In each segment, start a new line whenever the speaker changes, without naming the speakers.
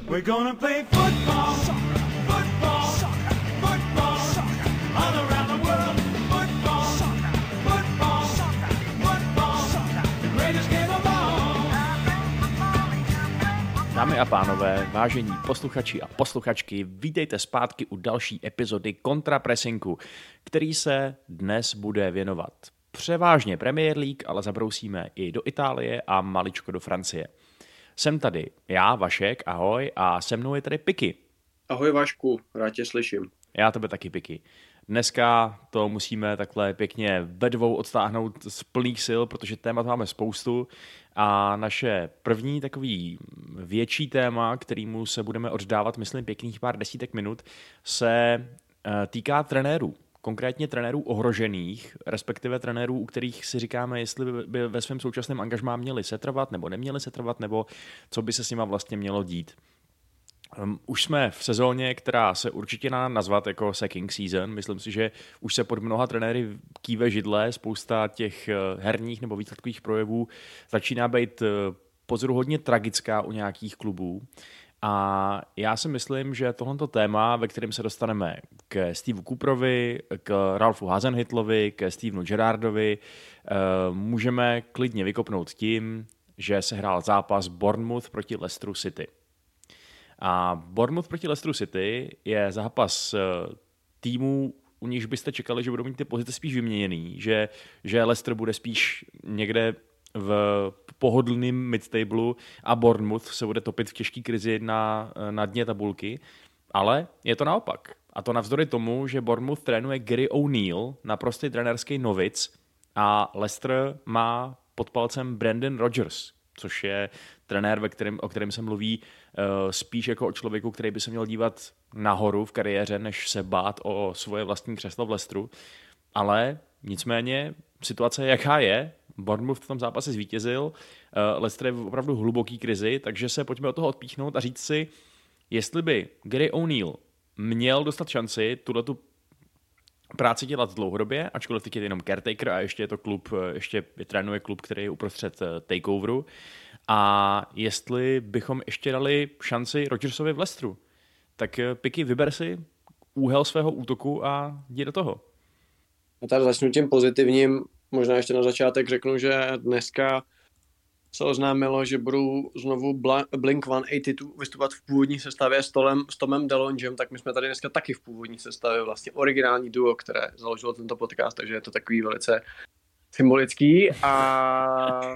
We're gonna play football, football, football, all around the world. Football, football, football, the greatest game of all.
Dámy a pánové, vážení posluchači a posluchačky, vítejte zpátky u další epizody Kontrapressingu, který se dnes bude věnovat převážně Premier League, ale zabrousíme i do Itálie a maličko do Francie. Jsem tady já, Vašek, ahoj, a se mnou je tady Piky.
Ahoj Vašku, rád tě slyším.
Já tebe taky, Piky. Dneska to musíme takhle pěkně ve dvou odtáhnout z plných sil, protože témat máme spoustu a naše první takový větší téma, kterému se budeme oddávat, myslím, pěkných pár desítek minut, se týká trenérů. Konkrétně trenérů ohrožených, respektive trenérů, u kterých si říkáme, jestli by ve svém současném angažmá měli setrvat nebo neměli setrvat, nebo co by se s nima vlastně mělo dít. Už jsme v sezóně, která se určitě dá nazvat jako sacking season. Myslím si, že už se pod mnoha trenéry kýve židle, spousta těch herních nebo výsledkových projevů začíná být pozoruhodně tragická u nějakých klubů. A já si myslím, že tohleto téma, ve kterém se dostaneme k Steveu Cooperovi, k Ralfu Hasenhüttlovi, ke Stevenu Gerrardovi, můžeme klidně vykopnout tím, že se hrál zápas Bournemouth proti Leicesteru City. A Bournemouth proti Leicesteru City je zápas týmů, u nichž byste čekali, že budou mít ty pozice spíš vyměněný, že Leicester bude spíš někde v pohodlným midtablu a Bournemouth se bude topit v těžké krizi na dně tabulky, ale je to naopak. A to navzdory tomu, že Bournemouth trénuje Gary O'Neill, naprostý trenérský novic, a Leicester má pod palcem Brendan Rodgers, což je trenér, o kterém se mluví spíš jako o člověku, který by se měl dívat nahoru v kariéře, než se bát o svoje vlastní křeslo v Leicesteru. Ale nicméně situace je, jaká je. Bournemouth v tom zápase zvítězil, Leicester je v opravdu hluboký krizi, takže se pojďme od toho odpíchnout a říct si, jestli by Gary O'Neill měl dostat šanci tuhletu práci dělat dlouhodobě, ačkoliv teď je jenom caretaker a ještě je to klub, ještě trénuje klub, který je uprostřed takeoveru, a jestli bychom ještě dali šanci Rodgersovi v Leicesteru. Tak Piky, vyber si úhel svého útoku a jdi do toho.
No tady začnu tím pozitivním. Možná ještě na začátek řeknu, že dneska se oznámilo, že budou znovu Blink-182 vystupovat v původní sestavě s Tomem DeLongem, tak my jsme tady dneska taky v původní sestavě, vlastně originální duo, které založilo tento podcast, takže je to takový velice symbolický a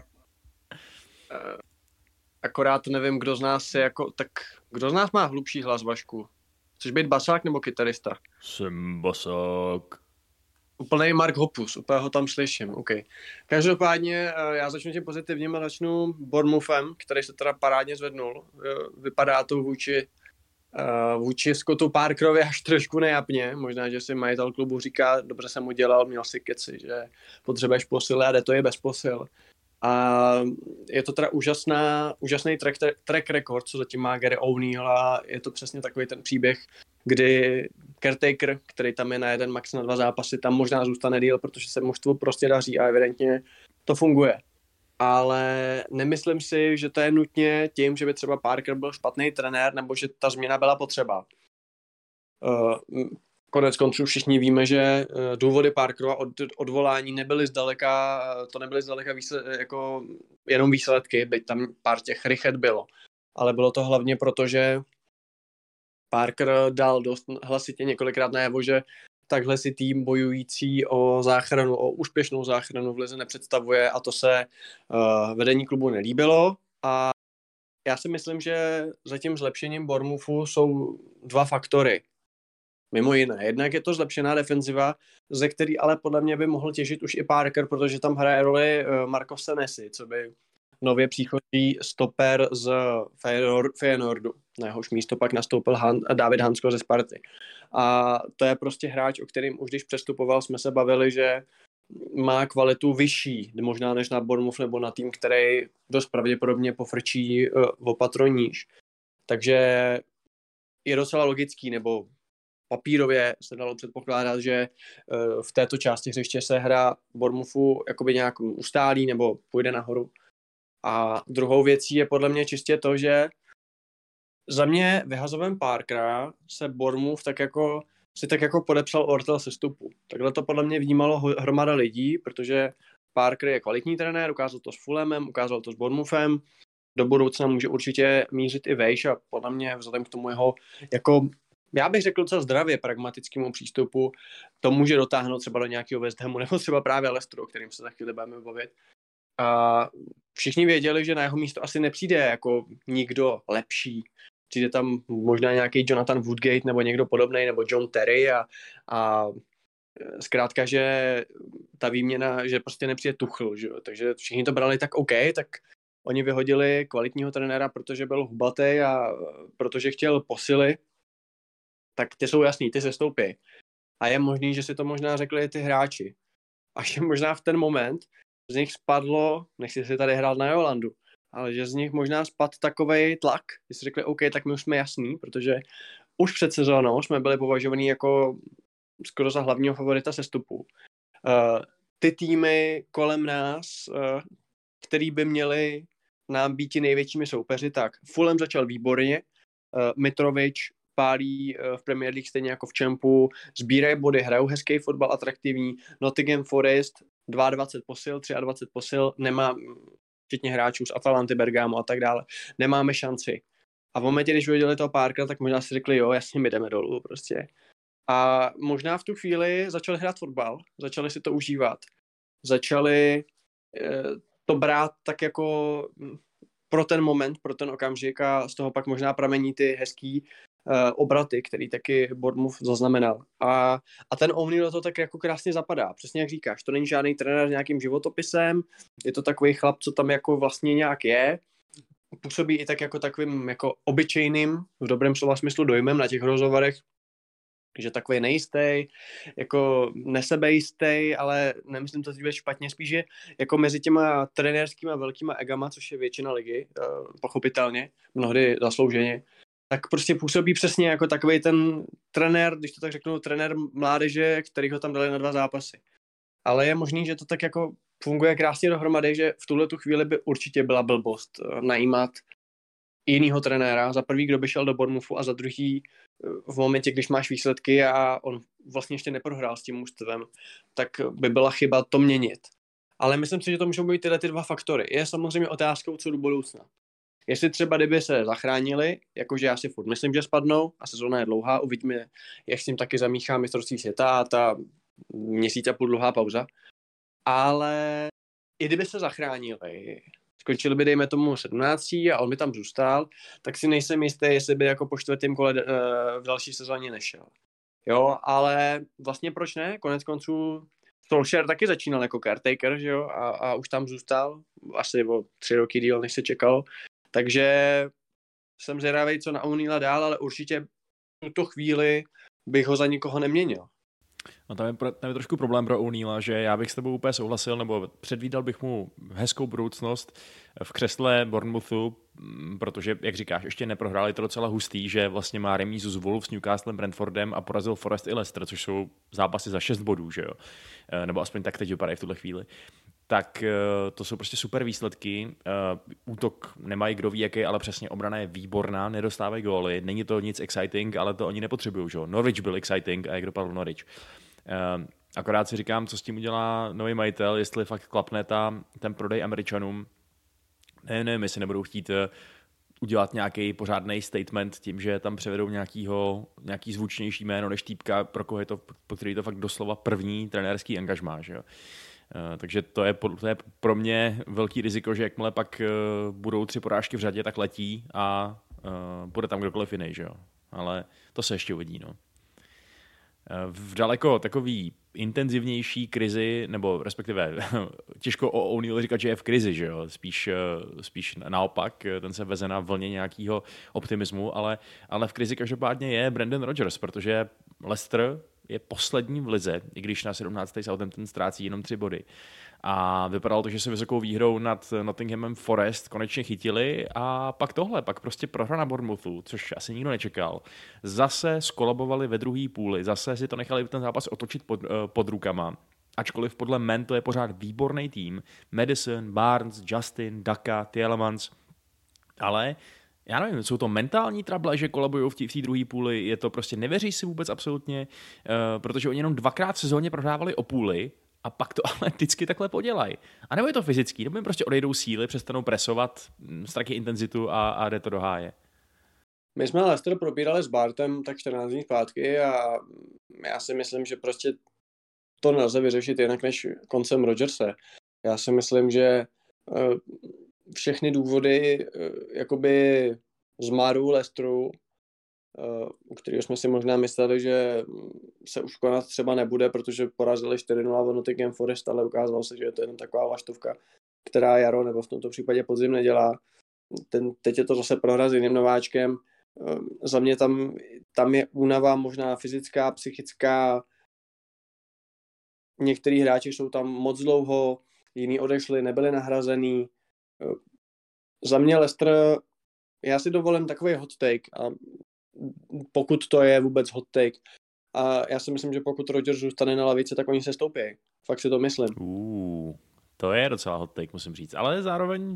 akorát nevím, kdo z nás je jako, tak kdo z nás má hlubší hlas, Vašku? Chceš být basák nebo kytarista?
Jsem basák.
Úplnej Mark Hoppus, úplně ho tam slyším, OK. Každopádně já začnu tím pozitivním a začnu Bournemouthem, který se teda parádně zvednul. Vypadá to vůči Scottu Parkerovi až trošku nejapně. Možná, že si majitel klubu říká, dobře jsem udělal, měl si keci, že potřebuješ posily a jde to je bez posil. A je to teda úžasný track record, co zatím má Gary O'Neill, a je to přesně takový ten příběh, kdy caretaker, který tam je na jeden, max na 2 zápasy, tam možná zůstane díl, protože se mužstvu prostě daří a evidentně to funguje. Ale nemyslím si, že to je nutně tím, že by třeba Parker byl špatný trenér, nebo že ta změna byla potřeba. Konec konců všichni víme, že důvody Parkerova odvolání nebyly zdaleka jako jenom výsledky, byť tam pár těch rychet bylo. Ale bylo to hlavně proto, že Parker dal dost hlasitě několikrát najevo, že takhle si tým bojující o záchranu, o úspěšnou záchranu v lize nepředstavuje, a to se vedení klubu nelíbilo. A já si myslím, že za tím zlepšením Bournemouthu jsou 2 faktory. Mimo jiné. Jednak je to zlepšená defenziva, ze který ale podle mě by mohl těžit už i Parker, protože tam hraje roli Marco Senesi, co by nově příchozí stoper z Feyenoordu. Na jehož místo pak nastoupil David Hansko ze Sparty. A to je prostě hráč, o kterým už když přestupoval, jsme se bavili, že má kvalitu vyšší, možná než na Bournemouth nebo na tým, který dost pravděpodobně pofrčí o patro níž. Takže je docela logický, nebo papírově se dalo předpokládat, že v této části hřiště se hra Bournemouthu jakoby nějak ustálí nebo půjde nahoru. A druhou věcí je podle mě čistě to, že Za mě vyhazovem Parkera se Bournemouth si tak jako podepsal ortel sestupu. Takhle to podle mě vnímalo hromada lidí, protože Parker je kvalitní trenér, ukázal to s Fulhamem, ukázal to s Bournemouthem, do budoucna může určitě mířit i vejš a podle mě vzhledem k tomu jeho, jako já bych řekl docela zdravě pragmatickému přístupu, to může dotáhnout třeba do nějakého West Hamu, nebo třeba právě Leicesteru, o kterým se za chvíli budeme bavit. A všichni věděli, že na jeho místo asi nepřijde jako nikdo lepší. Přijde tam možná nějaký Jonathan Woodgate nebo někdo podobný, nebo John Terry a zkrátka, že ta výměna, že prostě nepřijde Tuchel, že jo? Takže všichni to brali tak OK, tak oni vyhodili kvalitního trenéra, protože byl hubatý a protože chtěl posily, tak ty jsou jasný, ty se stoupí. A je možný, že si to možná řekli ty hráči. A že možná v ten moment z nich spadlo, nechci si tady hrát na Jolandu, ale že z nich možná spadl takovej tlak, že si řekli OK, tak my už jsme jasný, protože už před sezónou jsme byli považovaní jako skoro za hlavního favorita sestupu. Ty týmy kolem nás, který by měli nám být největšími soupeři, tak Fulham začal výborně, Mitrovič pálí v Premier League stejně jako v Champu, sbírají body, hrajou hezký fotbal, atraktivní, Nottingham Forest 22 posil, 23 posil, nemá, včetně hráčů z Atalanty, Bergamo a tak dále, nemáme šanci. A v momentě, když viděli toho Parkera, tak možná si řekli, jo, jasně, my jdeme dolů prostě. A možná v tu chvíli začali hrát fotbal, začali si to užívat, začali to brát tak jako pro ten moment, pro ten okamžik a z toho pak možná pramení ty hezký obraty, který taky Bournemouth zaznamenal. A ten O'Neill to tak jako krásně zapadá. Přesně jak říkáš, to není žádný trenér s nějakým životopisem, je to takový chlap, co tam jako vlastně nějak je, působí i tak jako takovým jako obyčejným, v dobrém slova smyslu dojmem na těch rozhovorech, že takový nejistý, jako nesebejistý, ale nemyslím to teď špatně, spíš je jako mezi těma trenérskýma velkýma egama, což je většina ligy, pochopitelně, mnohdy zaslouženě, tak prostě působí přesně jako takový ten trenér, když to tak řeknu, trenér mládeže, který ho tam dali na 2 zápasy. Ale je možný, že to tak jako funguje krásně dohromady, že v tuhletu chvíli by určitě byla blbost najímat jinýho trenéra, za prvý, kdo by šel do Bournemouthu a za druhý v momentě, když máš výsledky a on vlastně ještě neprohrál s tím mužstvem, tak by byla chyba to měnit. Ale myslím si, že to můžou být tyhle ty 2 faktory. Je samozřejmě otázkou, co do budoucna. Jestli třeba kdyby se zachránili, jakože já si furt myslím, že spadnou a sezóna je dlouhá, uvidíme, jak s tím taky zamíchá mistrovství světa a ta měsíc a půl dlouhá pauza. Ale i kdyby se zachránili, skončili by, dejme tomu, 17. a on by tam zůstal, tak si nejsem jistý, jestli by jako po 4. kole v další sezóně nešel. Jo, ale vlastně proč ne? Konec konců Solskjaer taky začínal jako caretaker, že jo, a už tam zůstal, asi o 3 roky díl, než se čekalo. Takže jsem zvědavý, co na O'Neilla dál, ale určitě v tuto chvíli bych ho za nikoho neměnil.
No tam je trošku problém pro O'Neilla, že já bych s tebou úplně souhlasil, nebo předvídal bych mu hezkou budoucnost v křesle Bournemouthu, protože, jak říkáš, ještě neprohráli to docela hustý, že vlastně má remízu z Wolves, Newcastlem, Brentfordem a porazil Forest i Leicester, což jsou zápasy za 6 bodů, že jo? Nebo aspoň tak teď vypadají v tuhle chvíli. Tak to jsou prostě super výsledky. Útok nemají kdo ví jaký, ale přesně obrana je výborná, nedostávají góly, není to nic exciting, ale to oni nepotřebují, že jo? Norwich byl exciting a jak dopadl Norwich. Akorát si říkám, co s tím udělá nový majitel, jestli fakt klapne ten prodej Američanům. Ne, my si nebudou chtít udělat nějaký pořádný statement tím, že tam převedou nějaký zvučnější jméno než týpka, pro koho je to, po který to fakt doslova první trenérský angažmá, že jo. Takže to je pro mě velký riziko, že jakmile pak budou 3 porážky v řadě, tak letí a bude tam kdokoliv jiný, že jo. Ale to se ještě uvidí, no. V daleko takový intenzivnější krizi, nebo respektive těžko o O'Neillu říkat, že je v krizi, že jo? Spíš naopak, ten se veze na vlně nějakého optimismu, ale v krizi každopádně je Brendan Rodgers, protože Leicester je poslední v lize, i když na 17. Southampton ztrácí jenom 3 body. A vypadalo to, že se vysokou výhrou nad Nottinghamem Forest konečně chytili a pak prostě prohra na Bournemouthu, což asi nikdo nečekal. Zase skolabovali ve druhé půli, zase si to nechali ten zápas otočit pod rukama. Ačkoliv podle men to je pořád výborný tým. Madison, Barnes, Justin, Daka, Tielemans. Ale Já nevím, jsou to mentální trable, že kolabují v té druhé půli, je to prostě nevěří si vůbec absolutně, protože oni jenom 2krát v sezóně prohrávali o půli a pak to ale vždycky takhle podělají. A nebo je to fyzický, nebo jim prostě odejdou síly, přestanou presovat, ztratí intenzitu a jde to do háje.
My jsme Leicester probírali s Bartem tak 14 dní zpátky a já si myslím, že prostě to nelze vyřešit jinak než koncem Rodgerse. Já si myslím, že všechny důvody jakoby zmaru Leicesteru, u kterého jsme si možná mysleli, že se už konat třeba nebude, protože porazili 4-0 v Nottingham Forest, ale ukázalo se, že je to jen taková vlaštovka, která jaro nebo v tomto případě podzim nedělá. Teď je to zase prohra s jiným nováčkem. Za mě tam je únava možná fyzická, psychická. Některý hráči jsou tam moc dlouho, jiní odešli, nebyli nahrazený. Za mě Leicester, já si dovolím takový hot take, a pokud to je vůbec hot take, a já si myslím, že pokud Rodgers zůstane na lavici, tak oni se stoupí. Fakt si to myslím.
To je docela hot take, musím říct. Ale zároveň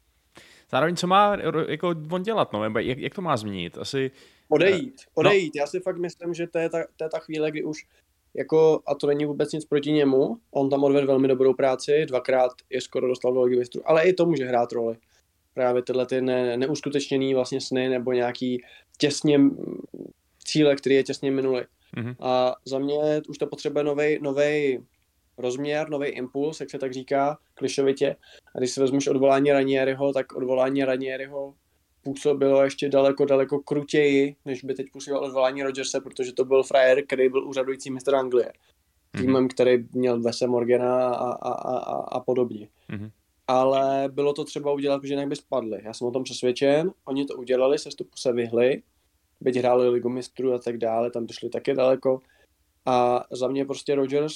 co má jako on dělat, no? Jak to má změnit? Asi...
Odejít. No. Já si fakt myslím, že to je ta chvíle, kdy už jako, a to není vůbec nic proti němu, on tam odvedl velmi dobrou práci, 2krát je skoro dostal do Ligy mistrů, ale i to může hrát roli. Právě tyhle ty neuskutečněný vlastně sny nebo nějaký těsně cíle, který je těsně minulý. Mm-hmm. A za mě už to potřebuje novej rozměr, nový impuls, jak se tak říká, klišovitě. A když si vezmeš odvolání Ranieriho, tak odvolání Ranieriho působilo ještě daleko krutěji, než by teď působilo odvolání Rodgerse, protože to byl frajer, který byl úřadující mistr Anglie. Týmem, který měl Wese Morgana a podobně. Mm-hmm. Ale bylo to třeba udělat, protože jinak by spadli. Já jsem o tom přesvědčen, oni to udělali, sestupu se vyhli, byť hráli Ligu mistrů a tak dále, tam došli taky daleko. A za mě prostě Rodgers,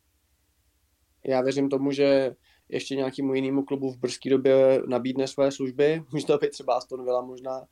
já věřím tomu, že ještě nějakému jinému klubu v brzké době nabídne své služby. Může to být třeba Aston Villa možná,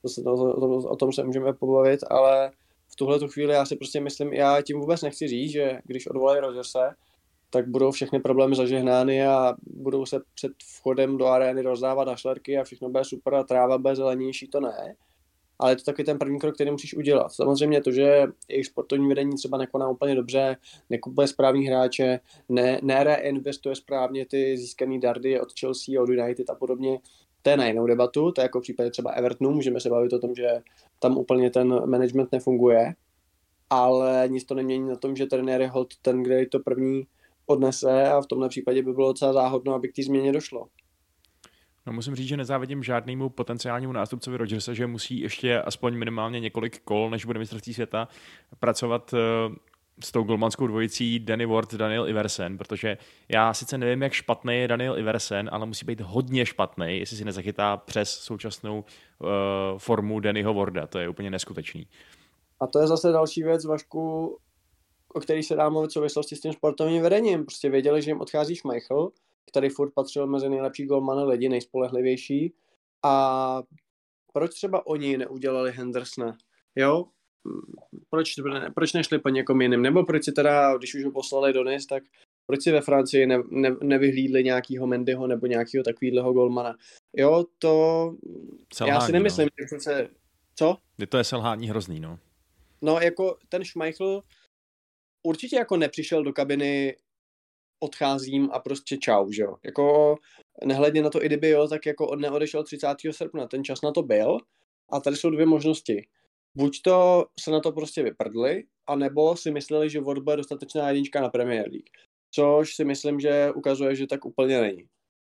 o tom se můžeme pobavit, ale v tuhletu chvíli já si prostě myslím, já tím vůbec nechci říct, že když odvolají Rodgerse, tak budou všechny problémy zažehnány a budou se před vchodem do arény rozdávat na šlerky a všechno bude super a tráva bude zelenější, to ne. Ale je to taky ten první krok, který musíš udělat. Samozřejmě to, že jejich sportovní vedení třeba nekoná úplně dobře, nekupuje správný hráče, nereinvestuje správně ty získané dardy od Chelsea, od United a podobně, to je na jinou debatu, to je jako v případě třeba Evertonu, můžeme se bavit o tom, že tam úplně ten management nefunguje, ale nic to nemění na tom, že trenér je hod ten, kde to první odnese a v tomhle případě by bylo docela záhodno, aby k té změně došlo.
No, musím říct, že nezávidím žádnému potenciálnímu nástupcovi Rodgersa, že musí ještě aspoň minimálně několik kol, než bude mistrovství světa, pracovat s tou golmanskou dvojicí Danny Ward, Daniel Iversen, protože já sice nevím, jak špatný je Daniel Iversen, ale musí být hodně špatný, jestli si nezachytá přes současnou formu Dannyho Warda. To je úplně neskutečný.
A to je zase další věc, Vašku, o který se dá mluvit v souvislosti s tím sportovním vedením. Prostě věděli, že jim odchází Schmeichel, který furt patřil mezi nejlepší golmany lidi, nejspolehlivější. A proč třeba oni neudělali Hendersona? Jo? Proč nešli po někom jiným? Nebo proč si teda, když už ho poslali do Nice, tak proč si ve Francii nevyhlídli nějakýho Mendyho nebo nějakýho takovýhleho golmana? Jo, to...
Selhání,
já si nemyslím, že přece... Co?
To je selhání hrozný, no.
No, jako ten Schmeichel určitě jako nepřišel do kabiny odcházím a prostě čau, že jo. Jako nehledně na to, i kdyby jo, tak jako neodešel 30. srpna, ten čas na to byl a tady jsou dvě možnosti. Buď to se na to prostě vyprdli, anebo si mysleli, že Ward bude dostatečná jednička na Premier League. Což si myslím, že ukazuje, že tak úplně není.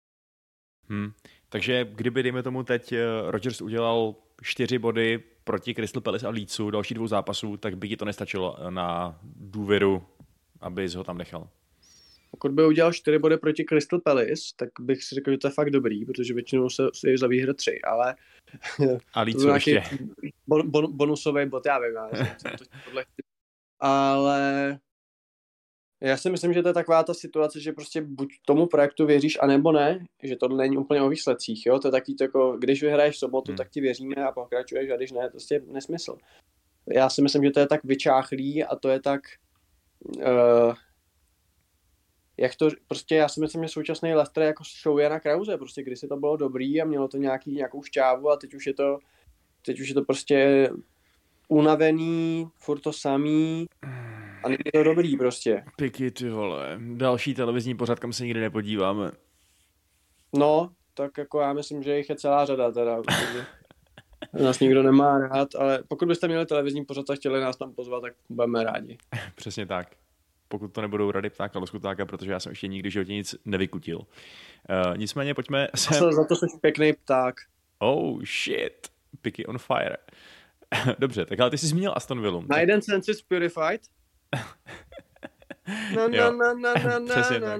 Takže kdyby, dejme tomu teď, Rodgers udělal 4 body proti Crystal Palace a Leedsu, další 2 zápasů, tak by ti to nestačilo na důvěru, abys ho tam nechal.
Pokud by udělal 4 body proti Crystal Palace, tak bych si řekl, že to je fakt dobrý, protože většinou se je za výhra 3, ale...
A Leedsu ještě.
Bonusový bod, já vím, ale já si myslím, že to je taková ta situace, že prostě buď tomu projektu věříš, anebo ne, že to není úplně o výsledcích, jo, to je taky to jako, když vyhraješ v sobotu, tak ti věříme a pokračuješ, a když ne, to je prostě nesmysl. Já si myslím, že to je tak vyčáchlý a to je tak... prostě já si myslím, že současný Leicester je jako show Jana Krause, prostě kdysi to bylo dobrý a mělo to nějakou šťávu a teď už je to prostě unavený, furt to samý a není to dobrý prostě.
Piky, ty vole. Další televizní pořad, kam se nikdy nepodíváme.
No, tak jako já myslím, že jich je celá řada teda, protože nás nikdo nemá rád, ale pokud byste měli televizní pořad a chtěli nás tam pozvat, tak budeme rádi.
Přesně tak. Pokud to nebudou Rady ptáka Loskutáka, protože já jsem ještě nikdy v životě nic nevykutil. Nicméně pojďme se...
Za to jsi pěkný pták.
Oh shit, Piky on fire. Dobře, tak ale ty jsi zmínil Aston Villa.
Na jeden sense purified.
Přesně tak.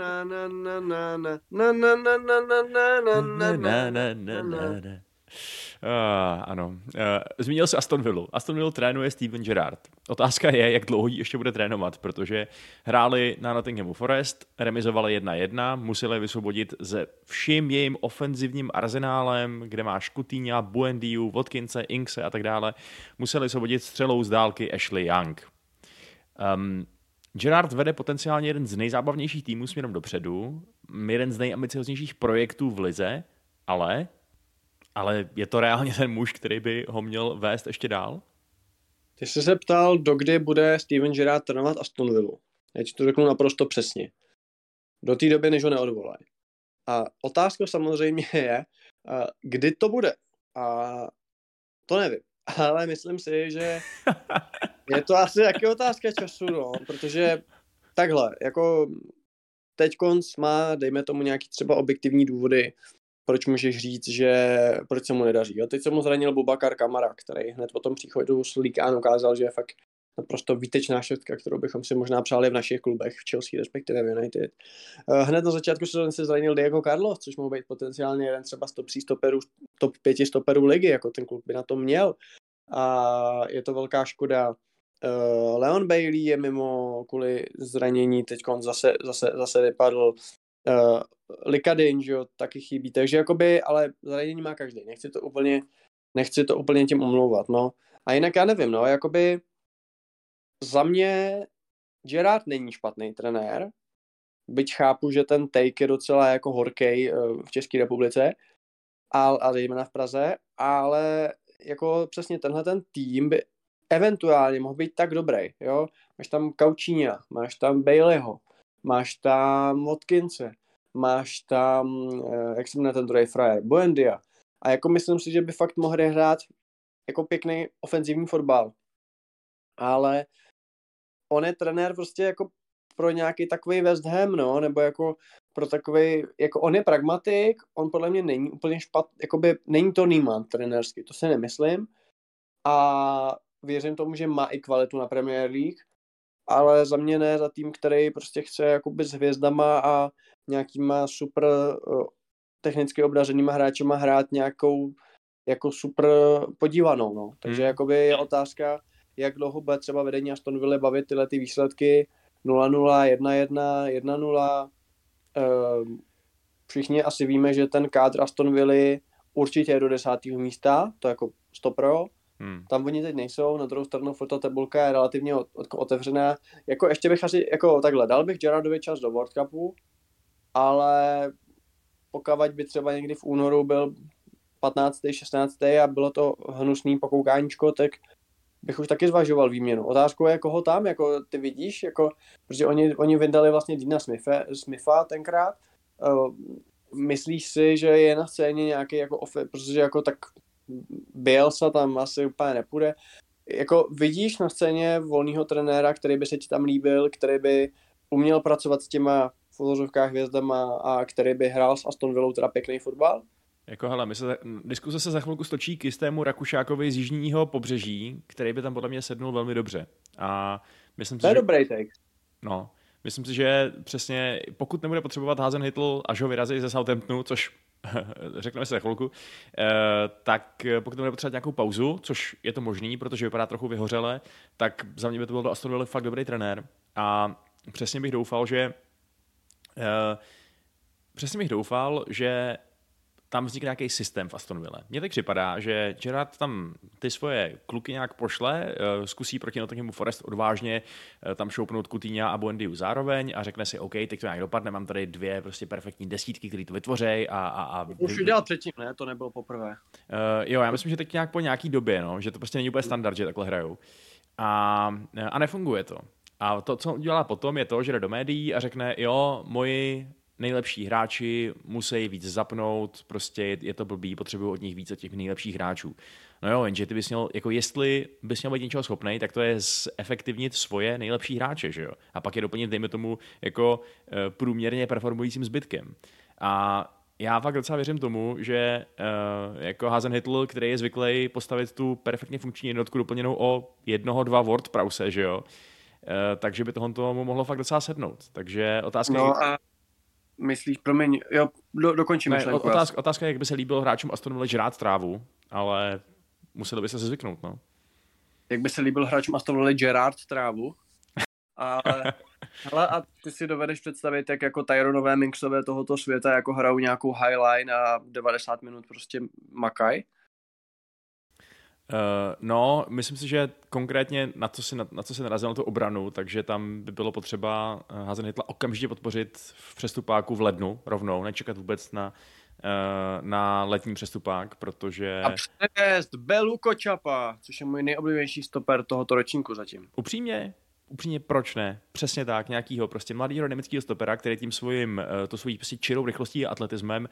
Ano. Zmínil jsi Aston Villa. Aston Villa trénuje Steven Gerrard. Otázka je, jak dlouho ji ještě bude trénovat, protože hráli na Nottinghamu Forest, remizovali 1-1, museli vysvobodit se vším jejím ofenzivním arzenálem, kde máš Coutinha, Buendiu, Watkinse, Inkse a tak dále. Museli vysvobodit střelou z dálky Ashley Young. Gerrard vede potenciálně jeden z nejzábavnějších týmů směrem dopředu, jeden z nejambicioznějších projektů v lize, ale je to reálně ten muž, který by ho měl vést ještě dál?
Ty jsi se ptal, dokdy bude Steven Gerrard trénovat Aston Villa. Já ti to řeknu naprosto přesně. Do té doby, než ho neodvolají. A otázka samozřejmě je, kdy to bude. A to nevím. Ale myslím si, že je to asi taky otázka času, no, protože takhle, jako teďkonc má, dejme tomu nějaký třeba objektivní důvody, proč můžeš říct, že proč se mu nedaří. Jo? Teď se mu zranil Boubacar Kamara, který hned po tom příchodu z Ligue 1 ukázal, že je fakt naprosto výtečná šestka, kterou bychom si možná přáli v našich klubech, v Chelsea, respektive v United. Hned na začátku se zranil Diego Carlos, což mohl být potenciálně jeden třeba z top 5 stoperů ligy, jako ten klub by na to měl. A je to velká škoda. Leon Bailey je mimo kvůli zranění, teď zase vypadl. Likadin, že jo, taky chybí, takže jakoby, ale zranění má každý, nechci to úplně tím omlouvat, no. A jinak já nevím, no, jakoby za mě Gerrard není špatný trenér, byť chápu, že ten take je docela jako horkej v České republice a zejména v Praze, ale jako přesně tenhle ten tým by eventuálně mohl být tak dobrý, jo. Máš tam Coutinha, máš tam Baileyho, máš tam Watkinse, máš tam, jak se jmenuje ten druhý frajer, Buendia. A jako myslím si, že by fakt mohli hrát jako pěkný ofenzivní fotbal. Ale on je trenér prostě jako pro nějaký takový West Ham, no, nebo jako pro takový, jako on je pragmatik, on podle mě není úplně špatný, jakoby není to Niemann trenérsky, to si nemyslím. A věřím tomu, že má i kvalitu na Premier League, ale za mě ne za tým, který prostě chce jakoby s hvězdama a nějakýma super technicky obdařenýma hráčema hrát nějakou jako super podívanou, no. Takže jakoby je otázka, jak dlouho bude třeba vedení Aston Villa bavit tyhle ty výsledky 0-0, 1-1, 1-0. Všichni asi víme, že ten kádr Aston Villa určitě je do 10. místa, to jako 100%. Tam oni teď nejsou, na druhou stranu ta tabulka je relativně otevřená. Jako ještě bych asi, jako takhle, dal bych Gerrardovi čas do World Cupu, ale pokud by třeba někdy v únoru byl 15., 16. a bylo to hnusný pokoukáníčko, tak bych už taky zvažoval výměnu. Otázkou je, koho tam, jako ty vidíš, jako, protože oni vydali vlastně Deana Smitha tenkrát. Myslíš si, že je na scéně nějaký jako protože jako tak Bielsa tam asi úplně nepůjde. Jako vidíš na scéně volného trenéra, který by se ti tam líbil, který by uměl pracovat s těma v uvozovkách hvězdama a který by hrál s Aston Villou teda pěkný fotbal?
Jako hele, diskuse se za chvilku stočí k jistému Rakušákovi z jižního pobřeží, který by tam podle mě sednul velmi dobře. A myslím si,
to je dobrý take.
No, myslím si, že přesně pokud nebude potřebovat Hasenhüttl, až ho vyrazí ze Southamptonu, což řekneme se za chvilku, tak pokud nebude potřebovat nějakou pauzu, což je to možný, protože vypadá trochu vyhořele, tak za mě by to byl do Aston Villa fakt dobrý trenér. A přesně bych doufal, že tam vznikne nějaký systém v Aston Ville. Mně tak připadá, že Gerrard tam ty svoje kluky nějak pošle, zkusí proti Nottinghamu Forest odvážně tam šoupnout Coutinha a Buendiu zároveň a řekne si, OK, teď to nějak dopadne, mám tady 2 prostě perfektní desítky, které to vytvořejí a
už udělal předtím, ne? To nebylo poprvé.
Jo, já myslím, že teď nějak po nějaký době, no, že to prostě není úplně standard, že takhle hrajou. A nefunguje to. A to, co udělá potom, je to, že jde do médií a řekne, jo, moji nejlepší hráči musí víc zapnout, prostě je to blbý, potřebuju od nich víc od těch nejlepších hráčů. No jo, jenže ty bys měl, jako jestli bys měl být něčeho schopnej, tak to je zefektivnit svoje nejlepší hráče, že jo? A pak je doplnit, dejme tomu, jako průměrně performujícím zbytkem. A já fakt docela věřím tomu, že jako Hasenhüttl, který je zvyklý postavit tu perfektně funkční jednotku doplněnou o 1-2 WordPrause, že jo? Takže by tomu mohlo fakt docela sednout. Takže otázka
No a myslíš, promiň, jo, dokončím myšlenku.
Otázka je, jak by se líbilo hráčům Aston Villa žrát trávu, ale museli by se zvyknout, no.
Jak by se líbil hráčům Aston Villa Gerrard trávu. Hele, a ty si dovedeš představit, jak jako Tyronové Minxové tohoto světa jako hrajou nějakou highline a 90 minut prostě makaj?
No, myslím si, že konkrétně na co si narazil na tu obranu, takže tam by bylo potřeba Hasenhüttla okamžitě podpořit v přestupáku v lednu rovnou, nečekat vůbec na letní přestupák, protože...
A převést Belu Kočapa, což je můj nejoblíbenější stoper tohoto ročníku zatím.
Upřímně, proč ne? Přesně tak, nějakýho prostě mladýho dynamického stopera, který tím to svojí prostě čirou rychlostí a atletismem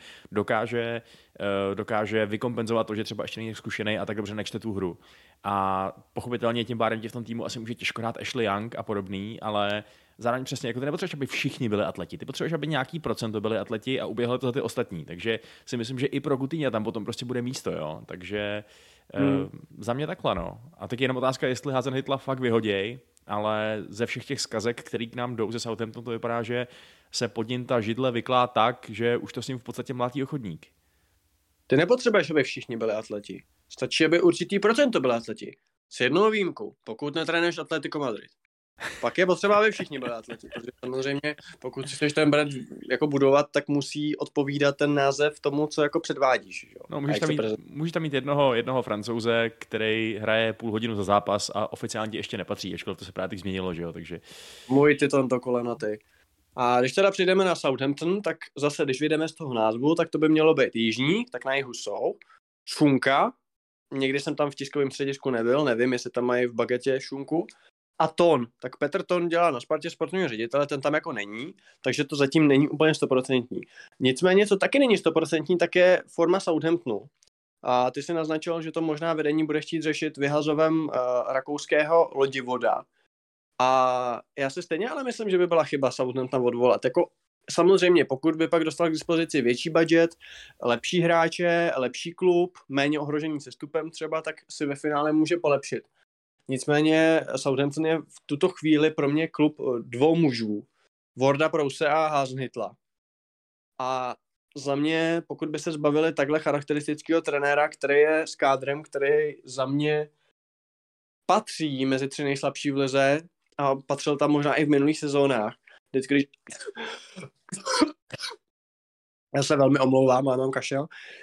dokáže vykompenzovat to, že třeba ještě není zkušený a tak dobře nečte tu hru. A pochopitelně tím pádem tě v tom týmu asi může těžko dát Ashley Young a podobný, ale zároveň přesně, jako ty nepotřebuješ, aby všichni byli atleti. Ty potřebuješ, aby nějaký procento byli atleti a uběhlo to za ty ostatní. Takže si myslím, že i pro Coutinha tam potom prostě bude místo, jo. Takže za mě takhle, no. A tak je jenom otázka, jestli Hasenhüttla fakt vyhoděj, ale ze všech těch zkazek, který k nám jdou ze Southamptonu, to vypadá, že se pod ním ta židle vyklá tak, že už to s ním v podstatě mlátí chodník.
Ty nepotřebuješ, aby všichni byli atleti. Stačí, aby určitý procento byli atleti. S jednou výjimkou, pokud netrénuješ Atletico Madrid. Pak je potřeba, aby všichni byli atleti, protože samozřejmě, pokud si chceš ten brand jako budovat, tak musí odpovídat ten název tomu, co jako předvádíš. Jo?
No, můžeš tam mít jednoho Francouze, který hraje půl hodinu za zápas a oficiálně ještě nepatří, ačkoliv to se právě tak změnilo, že jo, takže...
Můj to koleno, ty. A když teda přijdeme na Southampton, tak zase, když vyjdeme z toho názvu, tak to by mělo být jižní, tak na jihu jsou Šunka, někdy jsem tam v tiskovém středisku nebyl, nevím, jestli tam mají v Bagetě šunku, a Ton, tak Petr Ton dělá na Spartě sportovního ředitele, ten tam jako není, takže to zatím není úplně 100%. Nicméně, co taky není 100%, tak je forma Southamptonu. A ty si naznačil, že to možná vedení bude chtít řešit vyhazovem rakouského lodivoda. A já si stejně ale myslím, že by byla chyba Southampton odvolat. Jako, samozřejmě, pokud by pak dostal k dispozici větší budget, lepší hráče, lepší klub, méně ohrožený sestupem třeba, tak si ve finále může polepšit. Nicméně Southampton je v tuto chvíli pro mě klub 2 mužů. Warda Prowse a Hasenhüttla. A za mě, pokud by se zbavili takhle charakteristického trenéra, který je s kádrem, který za mě patří mezi 3 nejslabší v lize a patřil tam možná i v minulých sezónách. Vždycky, když... Já se velmi omlouvám, ale mám kašel.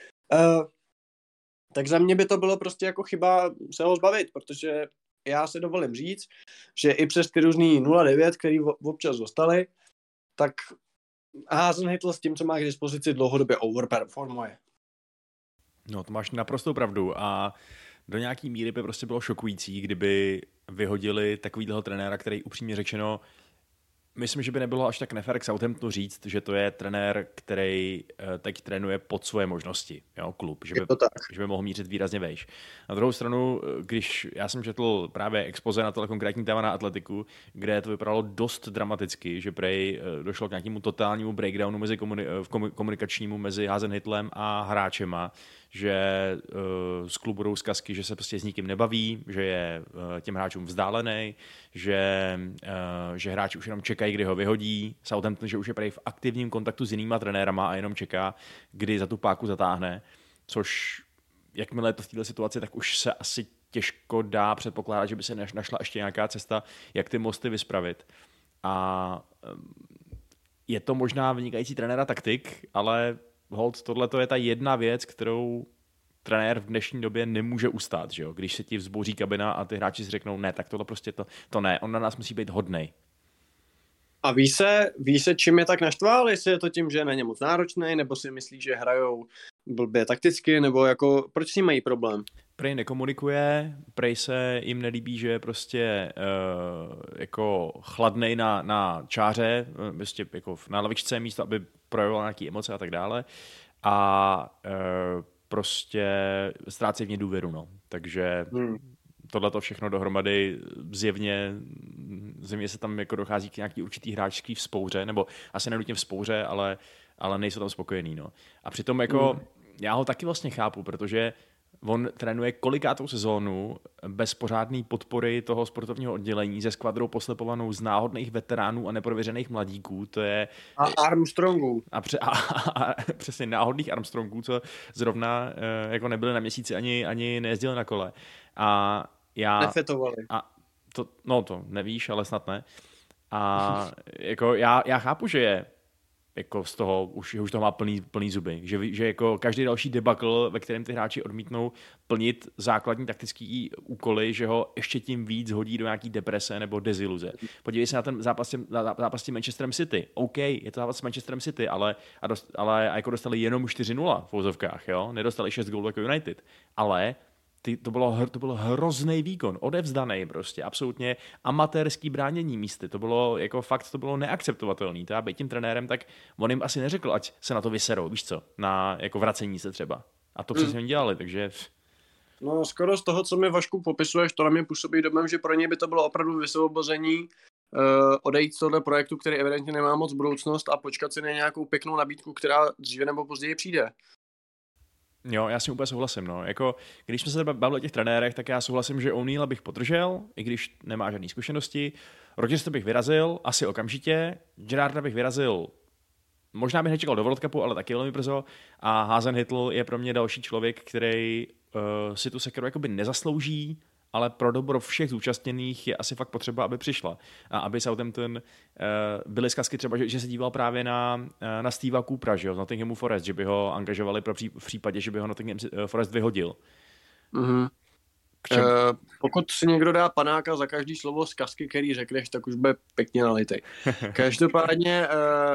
Tak za mě by to bylo prostě jako chyba se ho zbavit, protože já si dovolím říct, že i přes ty různý 0,9, který občas dostali, tak Hasenhüttl s tím, co má k dispozici, dlouhodobě overperformuje.
No, to máš naprostou pravdu a do nějaký míry by prostě bylo šokující, kdyby vyhodili takovýhleho trenéra, který upřímně řečeno, myslím, že by nebylo až tak nefér k Southamptonu říct, že to je trenér, který teď trénuje pod svoje možnosti, jo, klub, že by mohl mířit výrazně vejš. Na druhou stranu, když já jsem četl právě expoze na tohle konkrétní téma na Atletiku, kde to vypadalo dost dramaticky, že prej došlo k nějakému totálnímu breakdownu komunikačnímu mezi Hasenhüttlem a hráčema, že z klubu budou zkazky, že se prostě s nikým nebaví, že je těm hráčům vzdálený, že hráči už jenom čekají, kdy ho vyhodí. Southampton, že už je prej v aktivním kontaktu s jinýma trenérama a jenom čeká, kdy za tu páku zatáhne, což jakmile je to v této situaci, tak už se asi těžko dá předpokládat, že by se našla ještě nějaká cesta, jak ty mosty vyspravit. A je to možná vynikající trenéra taktik, ale hold, tohle to je ta jedna věc, kterou trenér v dnešní době nemůže ustát, že jo? Když se ti vzbouří kabina a ty hráči si řeknou, ne, tak tohle prostě to ne, on na nás musí být hodnej.
A ví se, čím je tak naštval, jestli je to tím, že je na ně moc náročný, nebo si myslí, že hrajou blbě takticky, nebo jako, proč s ním mají problém?
Prej nekomunikuje, prej se jim nelíbí, že je prostě jako chladnej na čáře, prostě jako na lavičce místo, aby projevoval nějaké emoce a tak dále. A prostě ztrácí v ně důvěru, no. Takže tohleto všechno dohromady zjevně se tam jako dochází k nějaký určitý hráčský vzpouře, nebo asi nenutně vzpouře, ale nejsou tam spokojení, no. A přitom jako já ho taky vlastně chápu, protože on trénuje kolikátou sezónu bez pořádné podpory toho sportovního oddělení se skvadrou poslepovanou z náhodných veteránů a neprověřených mladíků. To je...
A Armstrongů.
A přesně náhodných Armstrongů, co zrovna jako nebyli na měsíci ani nejezdili na kole. A já...
Nefetovali.
A to nevíš, ale snad ne. A jako já chápu, že je jako z toho, už toho má plný zuby. Že jako každý další debakl, ve kterém ty hráči odmítnou plnit základní taktický úkoly, že ho ještě tím víc hodí do nějaký deprese nebo deziluze. Podívej se na ten zápas s tím Manchesterem City. OK, je to zápas s Manchesterem City, ale jako dostali jenom 4-0 v vozovkách, jo? Nedostali 6 gólů jako United. Ale to bylo hrozný výkon, odevzdaný prostě, absolutně amatérský bránění místy, to bylo jako fakt, to bylo neakceptovatelný, to já být tím trenérem, tak on jim asi neřekl, ať se na to vyserou, víš co, na jako vracení se třeba. A to přesně dělali, takže...
No skoro z toho, co mi Vašku popisuješ, to na mě působí domem, že pro ně by to bylo opravdu vysvobození odejít z tohle projektu, který evidentně nemá moc budoucnost a počkat si na nějakou pěknou nabídku, která dříve nebo později přijde.
Jo, já s tím úplně souhlasím. No. Jako, když jsme se bavili o těch trenérech, tak já souhlasím, že O'Neilla bych podržel, i když nemá žádné zkušenosti. Rodgersa bych vyrazil asi okamžitě, Gerrarda bych vyrazil, možná bych nečekal do World Cupu, ale taky velmi brzo. A Hasenhüttl je pro mě další člověk, který si tu sekeru jakoby nezaslouží, ale pro dobro všech zúčastněných je asi fakt potřeba, aby přišla. A aby Southampton byly zkazky třeba, že se díval právě na Steva Coopera, že jo, z Nottinghamu Forest, že by ho angažovali v případě, že by ho Nottingham Forest vyhodil.
Mm-hmm. Pokud si někdo dá panáka za každý slovo zkazky, který řekneš, tak už bude pěkně nalitej. Každopádně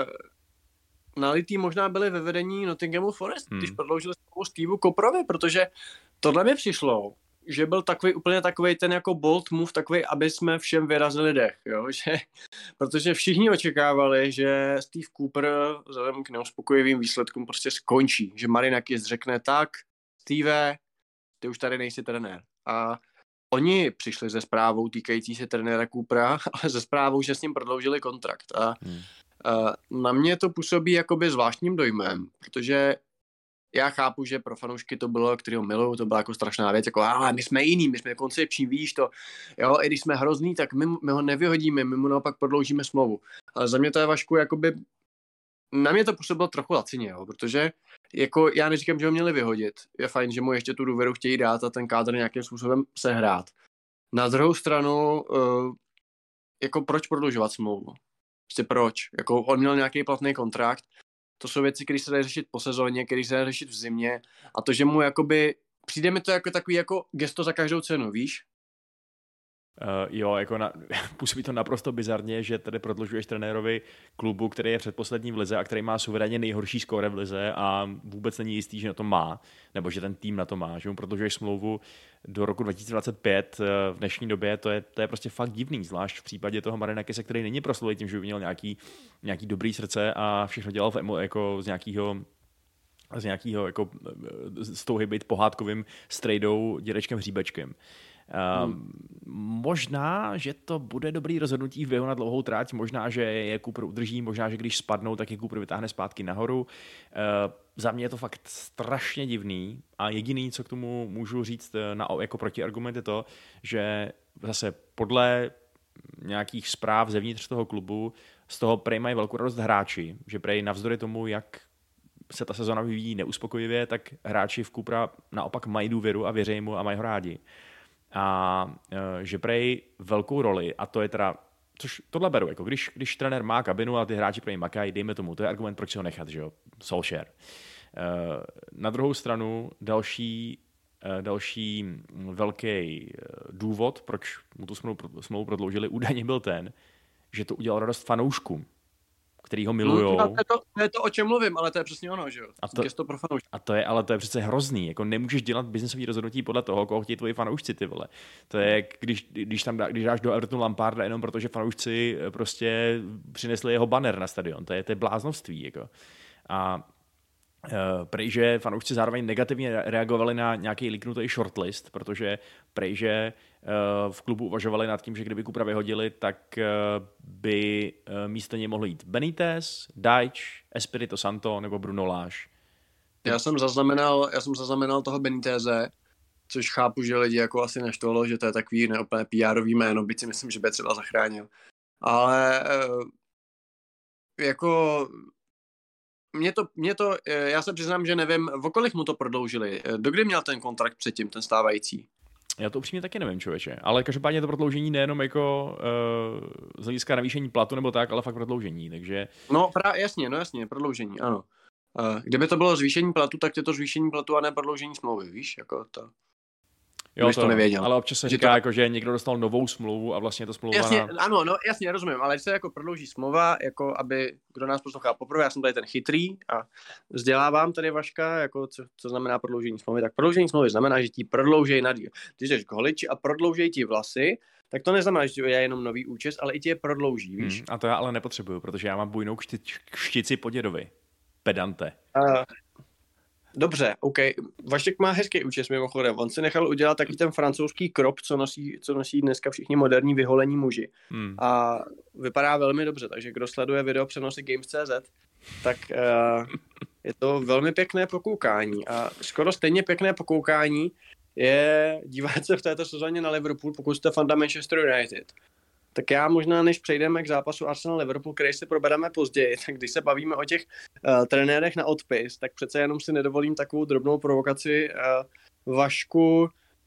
nalitý možná byli ve vedení Nottinghamu Forest, když prodloužili spolu Steveu Cooperovi, protože tohle mi přišlo, že byl úplně takový ten jako bold move, takový, aby jsme všem vyrazili dech, jo? Protože všichni očekávali, že Steve Cooper vzhledem k neuspokojivým výsledkům prostě skončí, že Marinakis řekne tak, Steve, ty už tady nejsi trenér. A oni přišli se zprávou týkající se trenéra Coopera, ale se zprávou, že s ním prodloužili kontrakt. A na mě to působí jakoby zvláštním dojmem, protože já chápu, že pro fanoušky to bylo, který ho milují, to byla jako strašná věc, jako ale my jsme jiný, my jsme koncepční, víš to, jo, i když jsme hrozný, tak my ho nevyhodíme, my mu naopak prodloužíme smlouvu. Ale za mě to je, Vašku, jakoby, na mě to působilo trochu lacině, jo, protože jako já neříkám, že ho měli vyhodit, je fajn, že mu ještě tu důvěru chtějí dát a ten kádr nějakým způsobem sehrát. Na druhou stranu, jako proč prodlužovat smlouvu? Prostě proč? Jako on měl nějaký platný kontrakt, to jsou věci, které se dají řešit po sezóně, které se dají řešit v zimě a to, že mu jakoby, přijde mi to jako takový jako gesto za každou cenu, víš?
Jo, jako působí to naprosto bizarně, že tady prodlužuješ trenérovi klubu, který je předposlední v lize a který má suverénně nejhorší skóre v lize a vůbec není jistý, že na to má, nebo že ten tým na to má, že mu prodlužuješ smlouvu do roku 2025 v dnešní době, to je prostě fakt divný, zvlášť v případě toho Marinakise, který není proslulý tím, že by měl nějaký dobrý srdce a všechno dělal jako z nějakého jako z touhy být pohádkovým strejdou dědečkem Hříbečkem. Možná, že to bude dobrý rozhodnutí v běhu na dlouhou trať, možná, že je Cooper udrží, možná, že když spadnou, tak je Cooper vytáhne zpátky nahoru. Za mě je to fakt strašně divný a jediný, co k tomu můžu říct jako protiargument je to, že zase podle nějakých zpráv zevnitř toho klubu z toho prej mají velkou radost hráči, že prej navzdory tomu, jak se ta sezona vyvíjí neuspokojivě, tak hráči v Coopera naopak mají důvěru a věří mu a mají ho rádi. A že prej velkou roli, a to je teda, což tohle beru, jako když trenér má kabinu a ty hráči prej makají, dejme tomu, to je argument, proč se ho nechat, že jo, Solskjaer. Na druhou stranu další velký důvod, proč mu tu smlouvu prodloužili, údajně byl ten, že to udělal radost fanouškům, který ho milujou.
To je to, o čem mluvím, ale to je přesně ono, že jo? Gesto pro fanoušky.
Ale to je přece hrozný. Jako nemůžeš dělat biznesový rozhodnutí podle toho, koho chtějí tvoji fanoušci, ty vole. To je jak když dáš do Evertonu Lamparda jenom protože fanoušci prostě přinesli jeho banner na stadion. To je bláznovství, jako. A prejže fanoušci zároveň negativně reagovali na nějaký liknutý shortlist, protože prejže v klubu uvažovali nad tím, že kdyby Coopera vyhodili, tak by místo něj mohli jít Benitez, Dyche, Espirito Santo nebo Bruno Lage.
Já jsem zaznamenal toho Beniteze, což chápu, že lidi jako asi naštvalo, že to je takový neúplně PR-ový jméno, byť si myslím, že by třeba zachránil. Ale jako já se přiznám, že nevím, o kolik mu to prodloužili. Dokdy měl ten kontrakt předtím, ten stávající?
Já to upřímně taky nevím, člověče. Ale každopádně to prodloužení nejenom jako z hlediska navýšení platu nebo tak, ale fakt prodloužení, takže...
Jasně, prodloužení, ano. Kdyby to bylo zvýšení platu, tak je to zvýšení platu a ne prodloužení smlouvy, víš? Jako to...
Jo, to
nevěděl.
Ale občas se říká, jako, že někdo dostal novou smlouvu a vlastně to smlouva...
Jasně, rozumím, ale když se jako prodlouží smlouva, jako aby, kdo nás poslouchá poprvé, já jsem tady ten chytrý a vzdělávám tady Vaška, jako co znamená prodloužení smlouvy, tak prodloužení smlouvy znamená, že ti prodloužejí na díl. Když jdeš k holiči a prodlouží ti vlasy, tak to neznamená, že je jenom nový účes, ale i ti je prodlouží, víš?
A to já ale nepotřebuju, protože já mám bujnou štici po dědovi. Pedante.
Dobře, OK. Vašek má hezký účes mimochodem. On si nechal udělat taky ten francouzský krop, co nosí dneska všichni moderní vyholení muži. A vypadá velmi dobře, takže kdo sleduje video přenosy Games.cz, tak je to velmi pěkné pokoukání. A skoro stejně pěkné pokoukání je dívat se v této sezóně na Liverpool, pokud jste fanda Manchester United. Tak já možná, než přejdeme k zápasu Arsenal-Liverpool, který si probereme později, tak když se bavíme o těch trenérech na odpis, tak přece jenom si nedovolím takovou drobnou provokaci. Vašku,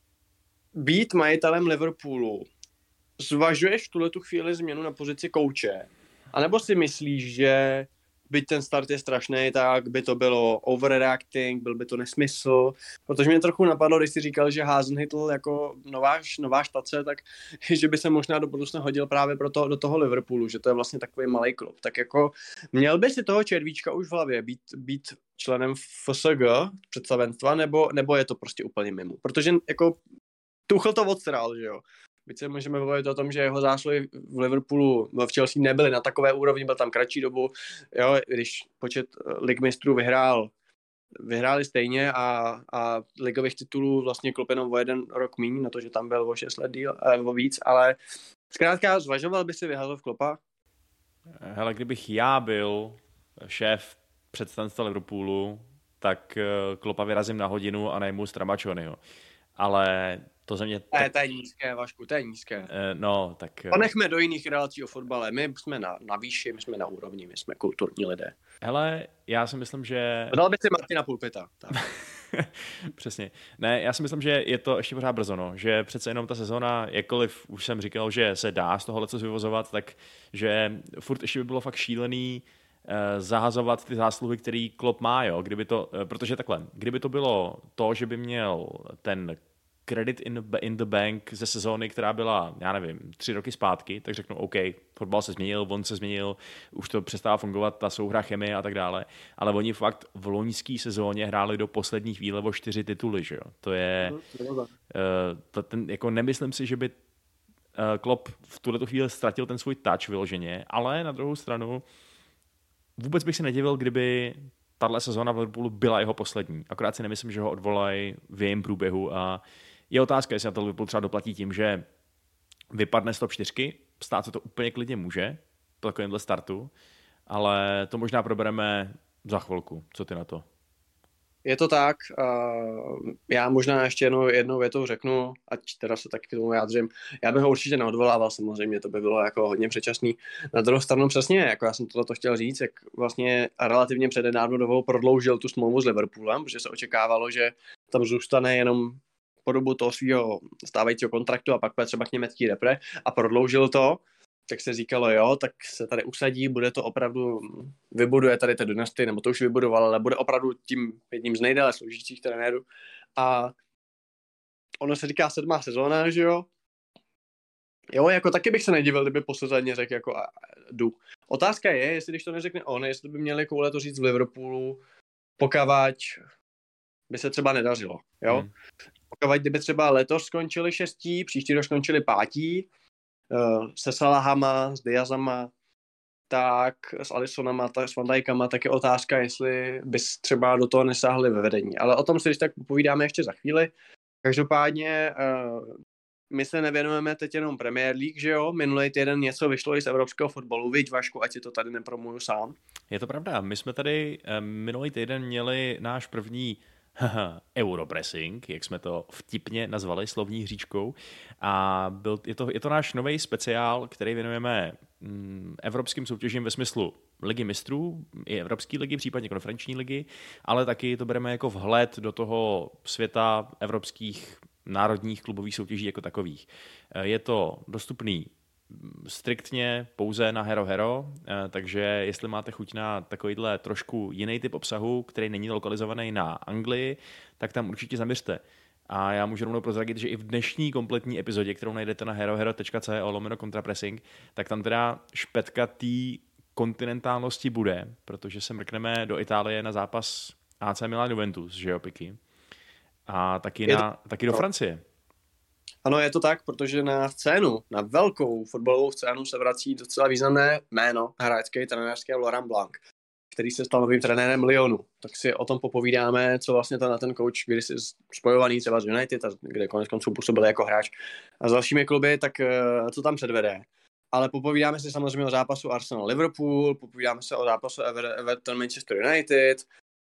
být majitelem Liverpoolu, zvažuješ v tuhletu chvíli změnu na pozici kouče? A nebo si myslíš, že byť ten start je strašný, tak by to bylo overreacting, byl by to nesmysl, protože mě trochu napadlo, když jsi říkal, že Hasenhüttl jako nová štace, tak že by se možná do budoucna hodil právě do toho Liverpoolu, že to je vlastně takový malý klub. Tak jako měl by si toho červíčka už v hlavě být členem FSG, představenstva, nebo je to prostě úplně mimo? Protože jako Tuchel to odstral, že jo? Byť se můžeme bavit o tom, že jeho zásluhy v Liverpoolu, v Chelsea nebyly na takové úrovni, byl tam kratší dobu, jo, když počet lig mistrů vyhráli stejně a ligových titulů vlastně Klopp jenom o 1 rok míň, na to, že tam byl o 6 let o víc, ale zkrátka zvažoval by si vyhazov Kloppa?
Hele, kdybych já byl šéf představenstva Liverpoolu, tak Kloppa vyrazím na hodinu a najmu Stramačonyho. Ale to ze mě...
To je nízké, Vašku, to je nízké.
No, tak...
Ponechme do jiných relací o fotbale. My jsme na výši, my jsme na úrovni, my jsme kulturní lidé.
Hele, já si myslím, že...
Dal by si Martina Pulpita.
Přesně. Ne, já si myslím, že je to ještě pořád brzo, no. Že přece jenom ta sezona, jakkoliv už jsem říkal, že se dá z tohohle co vyvozovat, tak že furt ještě by bylo fakt šílený zahazovat ty zásluhy, který Klopp má, jo. Protože takhle, kdyby to bylo to, že by měl ten credit in the bank ze sezóny, která byla, já nevím, 3 roky zpátky, tak řeknu, OK, fotbal se změnil, on se změnil, už to přestává fungovat, ta souhra, chemie a tak dále, ale oni fakt v loňské sezóně hráli do poslední chvíle o 4 tituly, že jo. To je, jako nemyslím si, že by Klopp v tuhletu chvíli ztratil ten svůj touch vyloženě, ale na druhou stranu vůbec bych si nedivil, kdyby tahle sezóna v Liverpoolu byla jeho poslední. Akorát si nemyslím, že ho odvolají v jejím průběhu a je otázka, jestli na to Liverpool třeba doplatí tím, že vypadne z top 4, stát se to úplně klidně může po takovémhle startu, ale to možná probereme za chvilku. Co ty na to?
Je to tak. Já možná ještě jednou větou řeknu, ať teda se taky k tomu vyjádřím. Já bych ho určitě neodvolával, samozřejmě to by bylo jako hodně předčasný. Na druhou stranu přesně, jako já jsem to chtěl říct, jak vlastně relativně přednedávno dovolil prodloužil tu smlouvu s Liverpoolem, protože se očekávalo, že tam zůstane jenom po dobu toho svého stávajícího kontraktu a pak bude třeba k německý repre a prodloužil to. tak se říkalo, jo, tak se tady usadí, bude to opravdu, vybuduje tady té dynastii, nebo to už vybudoval, ale bude opravdu tím jedním z nejdéle sloužících trenérů. A ono se říká 7. sezóna, že jo? Jo, jako taky bych se nedivil, kdyby po sezóně řekl jako jdu. Otázka je, jestli když to neřekne on, jestli by měli koule to říct v Liverpoolu, pokavať by se třeba nedařilo, jo? Pokavať, kdyby třeba letos skončili 6, příští rok skončili 5, se Salahama, s Diazama, tak s Alissonama, tak s Van Dijkama, tak je otázka, jestli bys třeba do toho nesáhli ve vedení. Ale o tom si když tak povídáme ještě za chvíli. Každopádně my se nevěnujeme teď jenom Premier League, že jo? Minulý týden něco vyšlo i z evropského fotbalu, viď Vašku, ať si to tady nepromuju sám.
Je to pravda, my jsme tady minulý týden měli náš první Europressing, jak jsme to vtipně nazvali slovní hříčkou, a je to náš nový speciál, který věnujeme evropským soutěžím ve smyslu ligy mistrů, i evropské ligy, případně konferenční ligy, ale taky to bereme jako vhled do toho světa evropských národních klubových soutěží jako takových. Je to dostupný striktně pouze na Hero Hero, takže jestli máte chuť na takovýhle trošku jiný typ obsahu, který není lokalizovaný na Anglii, tak tam určitě zaměřte. A já můžu rovnou prozradit, že i v dnešní kompletní epizodě, kterou najdete na herohero.co/contrapressing, tak tam teda špetka té kontinentálnosti bude, protože se mrkneme do Itálie na zápas AC Milan Juventus, že jo, Piky? A taky do Francie.
Ano, je to tak, protože na scénu, na velkou fotbalovou scénu se vrací docela významné jméno hráčské trenérské Laurent Blanc, který se stal novým trenérem Lyonu. Tak si o tom popovídáme, co vlastně ten coach, když je spojovaný třeba z United, a kde konec konců působil jako hráč a s dalšími kluby, tak co tam předvede. Ale popovídáme si samozřejmě o zápasu Arsenal-Liverpool, popovídáme se o zápasu Everton-Manchester United,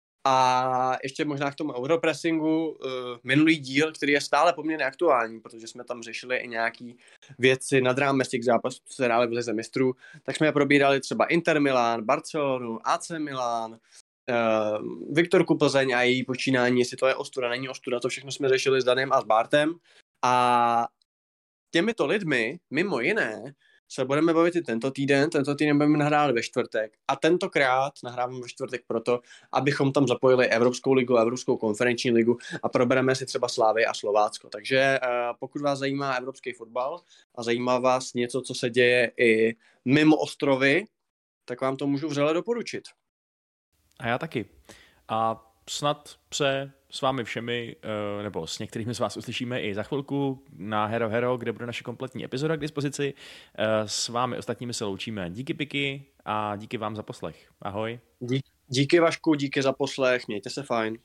a ještě možná k tomu Europressingu, minulý díl, který je stále poměrně aktuální, protože jsme tam řešili i nějaký věci nad rámec těch zápasů, co se hrály v lize mistrů, tak jsme je probírali třeba Inter Milan, Barcelonu, AC Milan, Viktorku Plzeň a její počínání, jestli to je ostuda, není ostuda, to všechno jsme řešili s Danem a s Bartem. A těmito lidmi, mimo jiné, se budeme bavit i tento týden budeme nahrát ve čtvrtek a tentokrát nahrávám ve čtvrtek proto, abychom tam zapojili Evropskou ligu, Evropskou konferenční ligu a probereme si třeba Slávy a Slovácko. Takže pokud vás zajímá evropský fotbal a zajímá vás něco, co se děje i mimo ostrovy, tak vám to můžu vřele doporučit.
A já taky. A snad se s vámi všemi, nebo s některými z vás uslyšíme i za chvilku na Hero Hero, kde bude naše kompletní epizoda k dispozici. S vámi ostatními se loučíme. Díky Piky a díky vám za poslech. Ahoj.
Díky Vašku, díky za poslech, mějte se fajn.